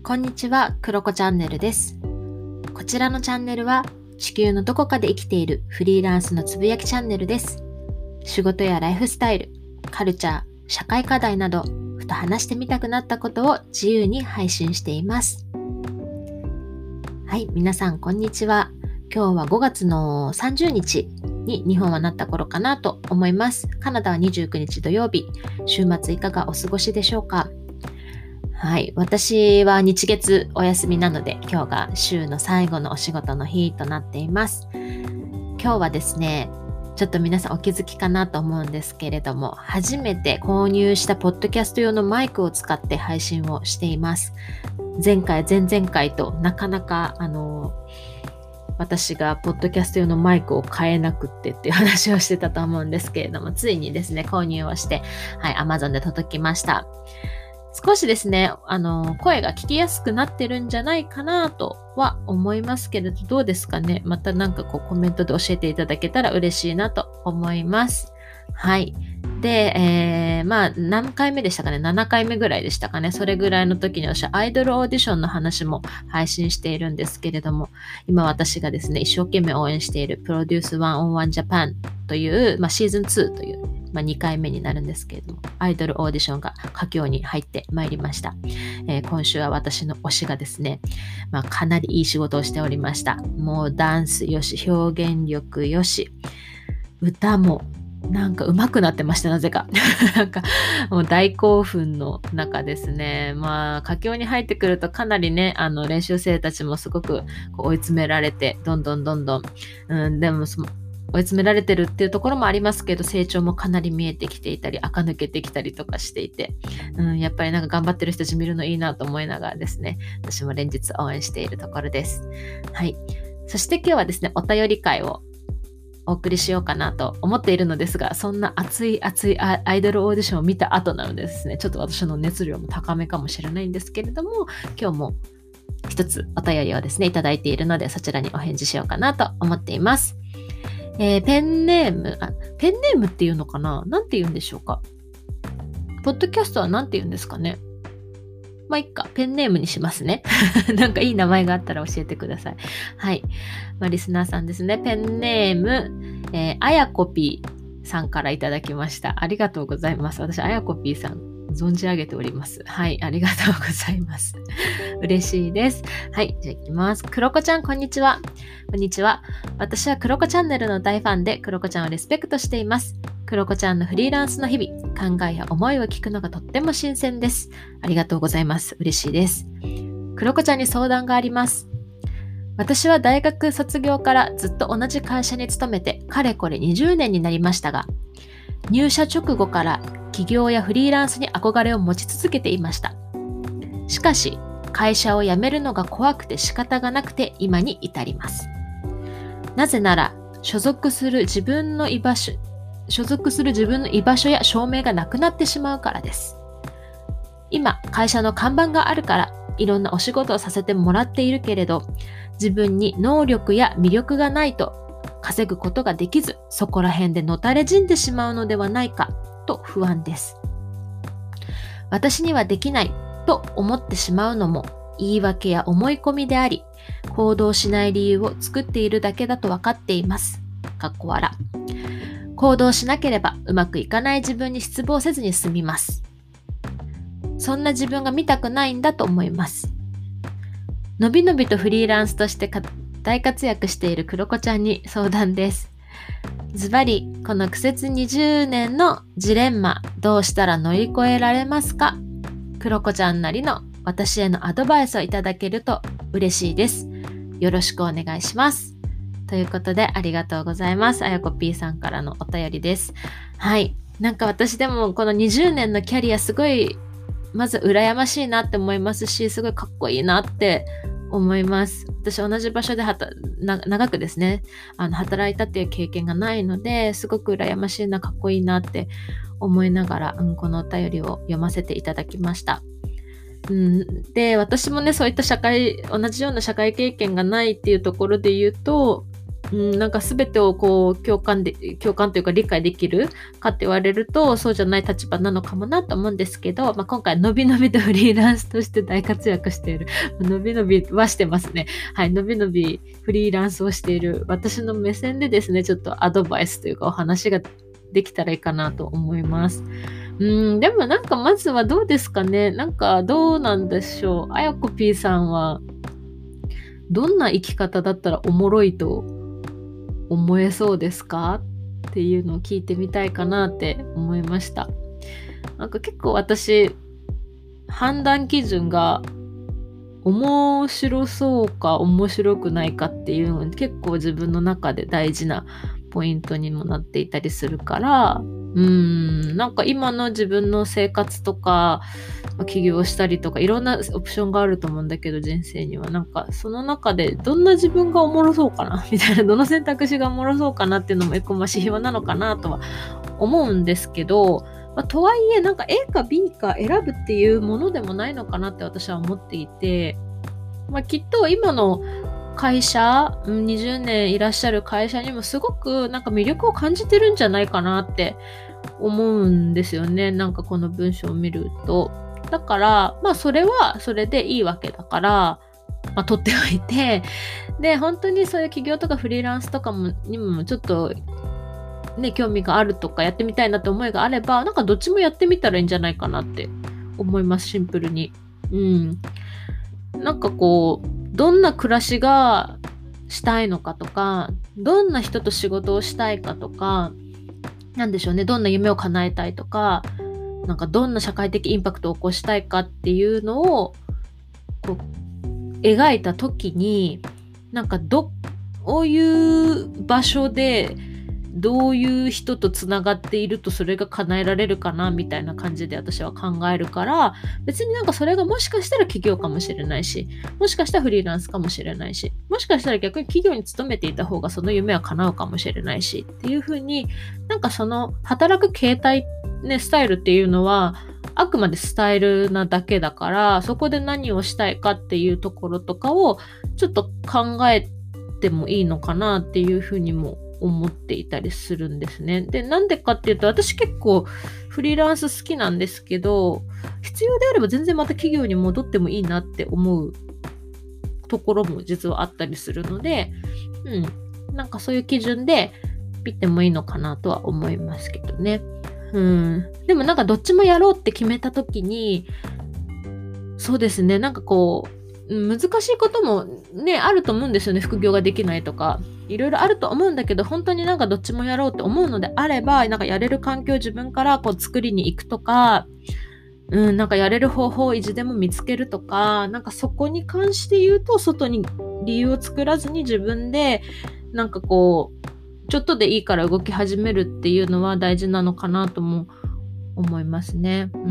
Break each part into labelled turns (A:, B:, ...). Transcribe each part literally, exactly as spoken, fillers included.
A: こんにちは、クロコチャンネルです。こちらのチャンネルは地球のどこかで生きているフリーランスのつぶやきチャンネルです。仕事やライフスタイル、カルチャー、社会課題など、ふと話してみたくなったことを自由に配信しています。はい、皆さんこんにちは。今日はごがつのさんじゅうにちに日本はなった頃かなと思います。カナダはにじゅうくにち土曜日、週末いかがお過ごしでしょうか。はい、私は日月お休みなので今日が週の最後のお仕事の日となっています。今日はですね、ちょっと皆さんお気づきかなと思うんですけれども、初めて購入したポッドキャスト用のマイクを使って配信をしています。前回前々回となかなかあの私がポッドキャスト用のマイクを買えなくってっていう話をしてたと思うんですけれども、ついにですね購入をして、はい、Amazon で届きました。少しですね、あの、声が聞きやすくなってるんじゃないかなとは思いますけれど、どうですかね。またなんかこうコメントで教えていただけたら嬉しいなと思います。はい。で、えー、まあ何回目でしたかね。ななかいめぐらいでしたかね。それぐらいの時に私アイドルオーディションの話も配信しているんですけれども、今私がですね、一生懸命応援しているプロデュースワンオンワンジャパンという、まあ、シーズンツーという、まあ、にかいめになるんですけれども、アイドルオーディションが佳境に入ってまいりました。えー、今週は私の推しがですね、まあ、かなりいい仕事をしておりました。もうダンスよし、表現力よし、歌もなんか上手くなってました、なぜか。なんかもう大興奮の中ですね。まあ佳境に入ってくるとかなりね、あの練習生たちもすごくこう追い詰められて、どんどんどんどん、うん、でもその追い詰められてるっていうところもありますけど、成長もかなり見えてきていたり、垢抜けてきたりとかしていて、うん、やっぱりなんか頑張ってる人たち見るのいいなと思いながらですね、私も連日応援しているところです。はい。そして今日はですね、お便り会をお送りしようかなと思っているのですが、そんな熱い熱いアイドルオーディションを見た後なのでですね、ちょっと私の熱量も高めかもしれないんですけれども、今日も一つお便りをですね、いただいているので、そちらにお返事しようかなと思っています。えー、ペンネームあ、ペンネームっていうのかな？なんて言うんでしょうか？ポッドキャストはなんて言うんですかね？まあ、いっか、ペンネームにしますね。なんかいい名前があったら教えてください。はい。まあ、リスナーさんですね。ペンネーム、えー、あやこぴーさんからいただきました。ありがとうございます。私、あやこぴーさん、存じ上げております。はい、ありがとうございます。嬉しいです。はい、じゃあ行きます。クロコちゃん、こんにちは。こんにちは。私はクロコチャンネルの大ファンで、クロコちゃんをリスペクトしています。クロコちゃんのフリーランスの日々、考えや思いを聞くのがとっても新鮮です。ありがとうございます。嬉しいです。クロコちゃんに相談があります。私は大学卒業からずっと同じ会社に勤めて、かれこれにじゅうねんになりましたが、入社直後から起業やフリーランスに憧れを持ち続けていました。しかし、会社を辞めるのが怖くて仕方がなくて今に至ります。なぜなら、所属する自分の居場所、所属する自分の居場所や証明がなくなってしまうからです。今、会社の看板があるから、いろんなお仕事をさせてもらっているけれど、自分に能力や魅力がないと稼ぐことができず、そこら辺でのたれ死んでしまうのではないかと不安です。私にはできないと思ってしまうのも言い訳や思い込みであり、行動しない理由を作っているだけだと分かっています。かっこ笑。行動しなければうまくいかない自分に失望せずに済みます。そんな自分が見たくないんだと思います。のびのびとフリーランスとして大活躍しているクロコちゃんに相談です。ズバリ、この苦節にじゅうねんのジレンマ、どうしたら乗り越えられますか？クロコちゃんなりの私へのアドバイスをいただけると嬉しいです。よろしくお願いします。ということでありがとうございます。あやこ P さんからのお便りです。はい。なんか私でもこのにじゅうねんのキャリアすごいまず羨ましいなって思いますし、すごいかっこいいなって思います。私同じ場所ではたな長くですね、あの働いたっていう経験がないので、すごく羨ましいな、かっこいいなって思いながら、うん、このお便りを読ませていただきました。うん、で、私もね、そういった社会、同じような社会経験がないっていうところで言うと、 うん、なんか全てをこう共感で共感というか理解できるかって言われるとそうじゃない立場なのかもなと思うんですけど、まあ、今回のびのびとフリーランスとして大活躍しているのびのびはしてますね。はい、のびのびフリーランスをしている私の目線でですね、ちょっとアドバイスというかお話ができたらいいかなと思います。うん、でもなんかまずはどうですかね。なんかどうなんでしょう。あやこ P さんはどんな生き方だったらおもろいと思えそうですかっていうのを聞いてみたいかなって思いました。なんか結構私判断基準が面白そうか面白くないかっていうの結構自分の中で大事なポイントにもなっていたりするから、うーんなんか今の自分の生活とか起業したりとかいろんなオプションがあると思うんだけど、人生にはなんかその中でどんな自分がおもろそうかなみたいな、どの選択肢がおもろそうかなっていうのも一個まあ指標なのかなとは思うんですけど、まあ、とはいえなんか A か B か選ぶっていうものでもないのかなって私は思っていて、まあ、きっと今の会社にじゅうねんいらっしゃる会社にもすごくなんか魅力を感じてるんじゃないかなって思うんですよね。なんかこの文章を見ると。だから、まあそれはそれでいいわけだから、まあ取っておいて、で、本当にそういう企業とかフリーランスとかもにもちょっとね、興味があるとかやってみたいなって思いがあれば、なんかどっちもやってみたらいいんじゃないかなって思います、シンプルに。うん。なんかこう、どんな暮らしがしたいのかとか、どんな人と仕事をしたいかとか、なんでしょうね、どんな夢を叶えたいとか、なんかどんな社会的インパクトを起こしたいかっていうのをこう描いた時に、なんかどういう場所でどういう人とつながっているとそれが叶えられるかなみたいな感じで私は考えるから、別になんかそれがもしかしたら企業かもしれないし、もしかしたらフリーランスかもしれないし、もしかしたら逆に企業に勤めていた方がその夢は叶うかもしれないしっていう風に、なんかその働く形態ね、スタイルっていうのはあくまでスタイルなだけだから、そこで何をしたいかっていうところとかをちょっと考えてもいいのかなっていうふうにも思っていたりするんですね。で、なんでかっていうと、私結構フリーランス好きなんですけど、必要であれば全然また企業に戻ってもいいなって思うところも実はあったりするので、うん、なんかそういう基準で見てもいいのかなとは思いますけどね。うん、でもなんかどっちもやろうって決めた時に、そうですね、なんかこう難しいこともねあると思うんですよね。副業ができないとかいろいろあると思うんだけど、本当になんかどっちもやろうって思うのであれば、なんかやれる環境を自分からこう作りに行くとか、うん、なんかやれる方法をいつでも見つけるとか、なんかそこに関して言うと、外に理由を作らずに自分でなんかこうちょっとでいいから動き始めるっていうのは大事なのかなとも思いますね。うん。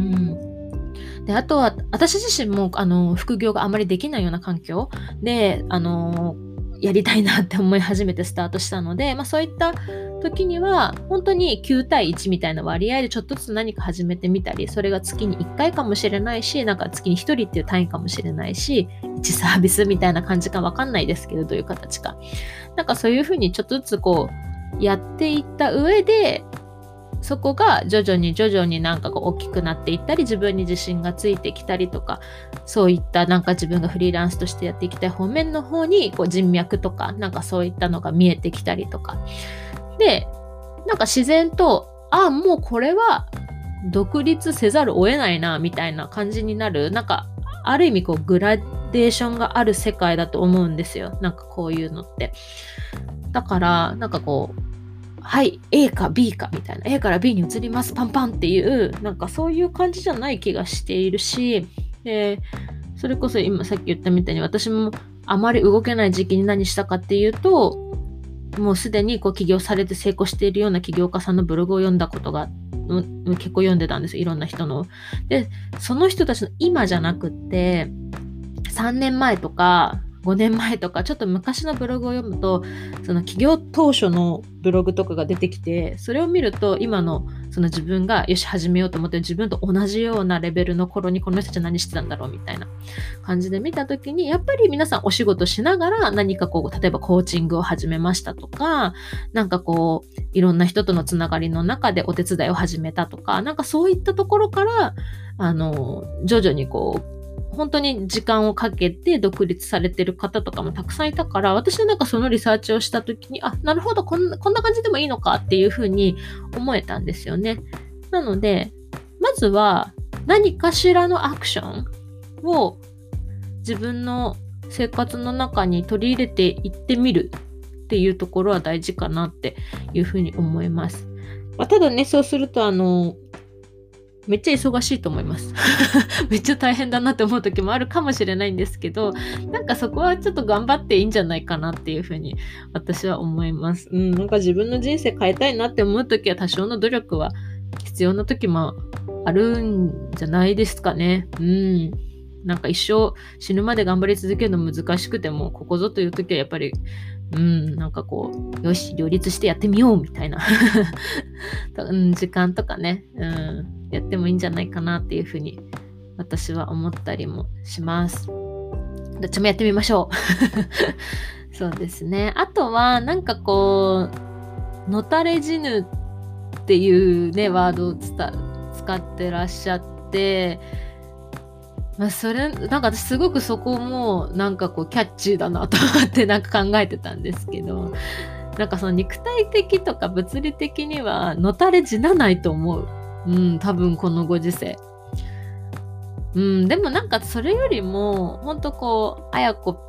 A: で、あとは私自身もあの副業があまりできないような環境であのやりたいなって思い始めてスタートしたので、まあ、そういった時には本当にきゅうたいいちみたいな割合でちょっとずつ何か始めてみたり、それが月にいっかいかもしれないし、なんか月にひとりっていう単位かもしれないし、いちサービスみたいな感じかわかんないですけど、どういう形か、なんかそういうふうにちょっとずつこうやっていった上で、そこが徐々に徐々になんかこう大きくなっていったり、自分に自信がついてきたりとか、そういったなんか自分がフリーランスとしてやっていきたい方面の方にこう人脈とかなんかそういったのが見えてきたりとかで、なんか自然とあもうこれは独立せざるを得ないなみたいな感じになる、なんかある意味こうグラデーションがある世界だと思うんですよ。なんかこういうのってだからなんかこうはい A か B かみたいな、 A から B に移りますパンパンっていうなんかそういう感じじゃない気がしているし、でそれこそ今さっき言ったみたいに、私もあまり動けない時期に何したかっていうと、もうすでにこう起業されて成功しているような起業家さんのブログを読んだことが、うん、結構読んでたんですよ、いろんな人の。でその人たちの今じゃなくってさんねんまえとかごねんまえとかちょっと昔のブログを読むと、その起業当初のブログとかが出てきて、それを見ると今のその自分がよし始めようと思ってる自分と同じようなレベルの頃にこの人たちは何してたんだろうみたいな感じで見たときに、やっぱり皆さんお仕事しながら何かこう例えばコーチングを始めましたとか、なんかこういろんな人とのつながりの中でお手伝いを始めたとか、なんかそういったところからあの徐々にこう本当に時間をかけて独立されてる方とかもたくさんいたから、私はなんかそのリサーチをした時に、あ、なるほど、こんな、こんな感じでもいいのかっていうふうに思えたんですよね。なのでまずは何かしらのアクションを自分の生活の中に取り入れていってみるっていうところは大事かなっていうふうに思います。まあ、ただね、そうするとあのめっちゃ忙しいと思いますめっちゃ大変だなって思う時もあるかもしれないんですけど、なんかそこはちょっと頑張っていいんじゃないかなっていうふうに私は思います。うん、なんか自分の人生変えたいなって思う時は多少の努力は必要な時もあるんじゃないですかね。うん、なんか一生死ぬまで頑張り続けるの難しくても、ここぞという時はやっぱりうん、なんかこう、よし、両立してやってみようみたいな、うん、時間とかね、うん、やってもいいんじゃないかなっていうふうに私は思ったりもします。どっちもやってみましょう。そうですね。あとは、なんかこう、のたれ死ぬっていうね、ワードを使ってらっしゃって、まあ、それなんか私すごくそこもなんかこうキャッチーだなと思ってなんか考えてたんですけど、なんかその肉体的とか物理的にはのたれ死なないと思う。うん、多分このご時世。うん、でもなんかそれよりもほんとこうあやこ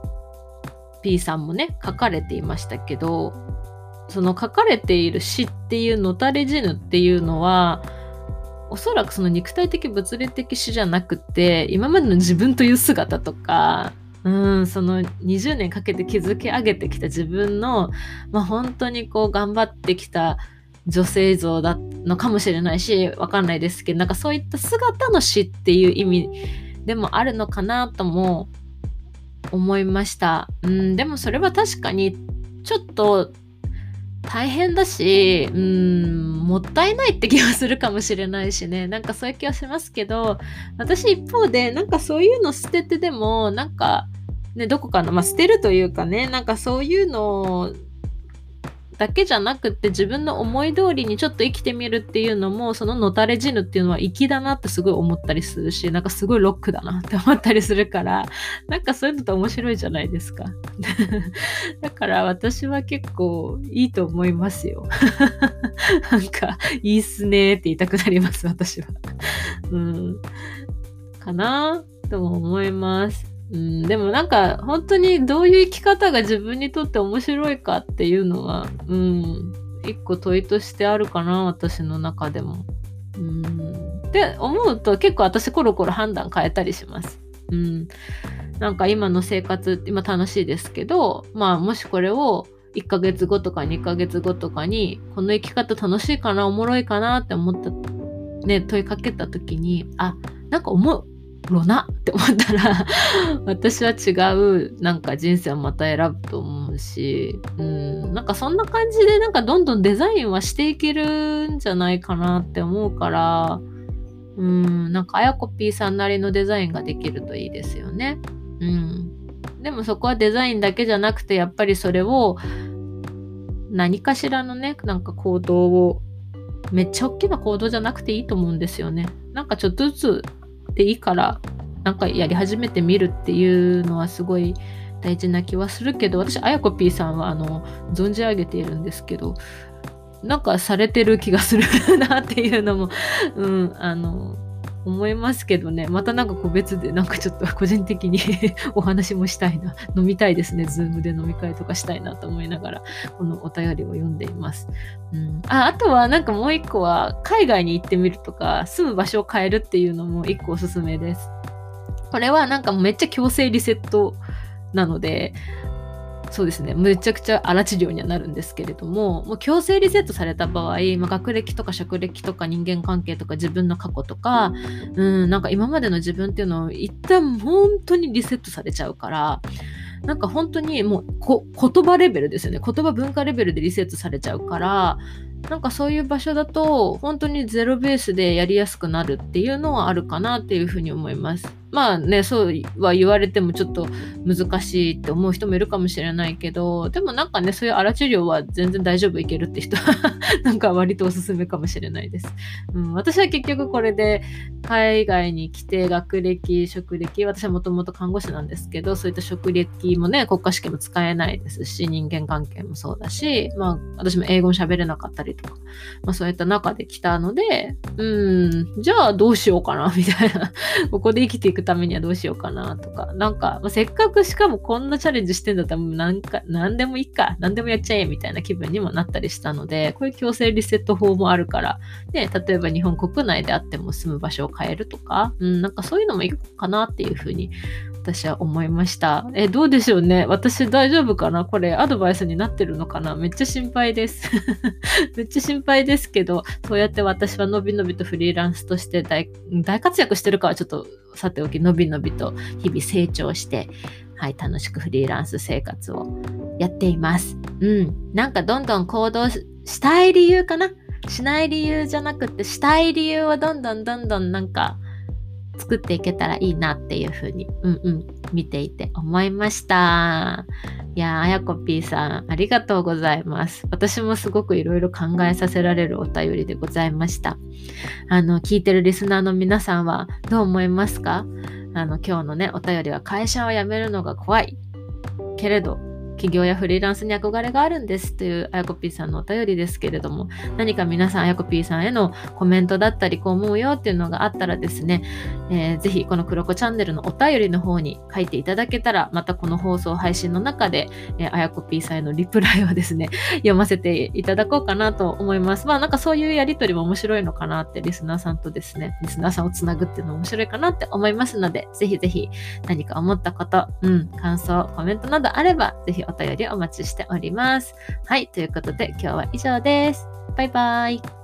A: P さんもね書かれていましたけど、その書かれている死っていうのたれ死ぬっていうのはおそらくその肉体的物理的死じゃなくて、今までの自分という姿とか、うん、そのにじゅうねんかけて築き上げてきた自分の、まあ、本当にこう頑張ってきた女性像だのかもしれないし、わかんないですけど、なんかそういった姿の死っていう意味でもあるのかなとも思いました。うん、でもそれは確かにちょっと大変だし、うーん、もったいないって気がするかもしれないしね。なんかそういう気はしますけど、私一方で、なんかそういうの捨ててでも、なんか、ね、どこかの、まあ捨てるというかね、なんかそういうのだけじゃなくって自分の思い通りにちょっと生きてみるっていうのも、そののたれ死ぬっていうのは粋だなってすごい思ったりするし、なんかすごいロックだなって思ったりするから、なんかそういうのって面白いじゃないですか。だから私は結構いいと思いますよ。なんかいいっすねって言いたくなります、私は。うん。かなとも思います。うん、でもなんか本当にどういう生き方が自分にとって面白いかっていうのは、うん、一個問いとしてあるかな、私の中でも。うん、って思うと結構私コロコロ判断変えたりします。うん、なんか今の生活今楽しいですけど、まあもしこれをいっかげつごとかにかげつごとかにこの生き方楽しいかなおもろいかなって思ったね問いかけた時に、あ、なんか思うろなって思ったら私は違うなんか人生をまた選ぶと思うし、うん、なんかそんな感じでなんかどんどんデザインはしていけるんじゃないかなって思うから、うん、なんかあやこ P さんなりのデザインができるといいですよね。うん、でもそこはデザインだけじゃなくてやっぱりそれを何かしらのねなんか行動をめっちゃ大きな行動じゃなくていいと思うんですよね。なんかちょっとずつでいいからなんかやり始めてみるっていうのはすごい大事な気はするけど、私あやこ P さんはあの存じ上げているんですけど、なんかされてる気がするなっていうのも、うん、あの思いますけどね。またなんか個別でなんかちょっと個人的にお話もしたいな、飲みたいですね。ズームで飲み会とかしたいなと思いながらこのお便りを読んでいます。うん、あ, あとはなんかもう一個は海外に行ってみるとか住む場所を変えるっていうのも一個おすすめです。これはなんかめっちゃ強制リセットなので、そうですね、めちゃくちゃ荒治療にはなるんですけれども、もう強制リセットされた場合、まあ、学歴とか職歴とか人間関係とか自分の過去とか、うん、なんか今までの自分っていうのを一旦本当にリセットされちゃうから、 なんか本当にもうこ言葉レベルですよね。言葉文化レベルでリセットされちゃうから、なんかそういう場所だと本当にゼロベースでやりやすくなるっていうのはあるかなっていうふうに思います。まあね、そうは言われてもちょっと難しいって思う人もいるかもしれないけど、でもなんかね、そういう荒治療は全然大丈夫いけるって人はなんか割とおすすめかもしれないです。うん、私は結局これで海外に来て学歴、職歴、私はもともと看護師なんですけど、そういった職歴もね、国家試験も使えないですし、人間関係もそうだし、まあ私も英語も喋れなかったりとか、まあそういった中で来たので、うん、じゃあどうしようかなみたいな、ここで生きていくためにはどうしようかなとか、なんか、まあ、せっかくしかもこんなチャレンジしてんだったらもうなんか何でもいいか、何でもやっちゃえみたいな気分にもなったりしたので、こういう強制リセット法もあるから、ね、例えば日本国内であっても住む場所を変えるとか、うん、なんかそういうのもいいかなっていうふうに私は思いました。え、どうでしょうね。私大丈夫かな、これアドバイスになってるのかな。めっちゃ心配です。めっちゃ心配ですけど、そうやって私はのびのびとフリーランスとして 大, 大活躍してるかはちょっとさておき、のびのびと日々成長して、はい、楽しくフリーランス生活をやっています。うん。なんかどんどん行動したい理由かな。しない理由じゃなくて、したい理由をどんどんどんどんなんか作っていけたらいいなっていう風に、うんうん、見ていて思いました。いやー、あやこ P さん、ありがとうございます。私もすごくいろいろ考えさせられるお便りでございました。あの、聞いてるリスナーの皆さんはどう思いますか？あの、今日のね、お便りは会社を辞めるのが怖い。けれど、企業やフリーランスに憧れがあるんですというあやこ P さんのお便りですけれども、何か皆さんあやこ P さんへのコメントだったりこう思うよっていうのがあったらですね、えー、ぜひこのクロコチャンネルのお便りの方に書いていただけたら、またこの放送配信の中で、えー、あやこ P さんへのリプライをですね読ませていただこうかなと思います。まあなんかそういうやりとりも面白いのかなって、リスナーさんとですねリスナーさんをつなぐっていうのも面白いかなって思いますので、ぜひぜひ何か思ったこと、うん、感想、コメントなどあればぜひお便りお待ちしております。はい、ということで今日は以上です。バイバイ。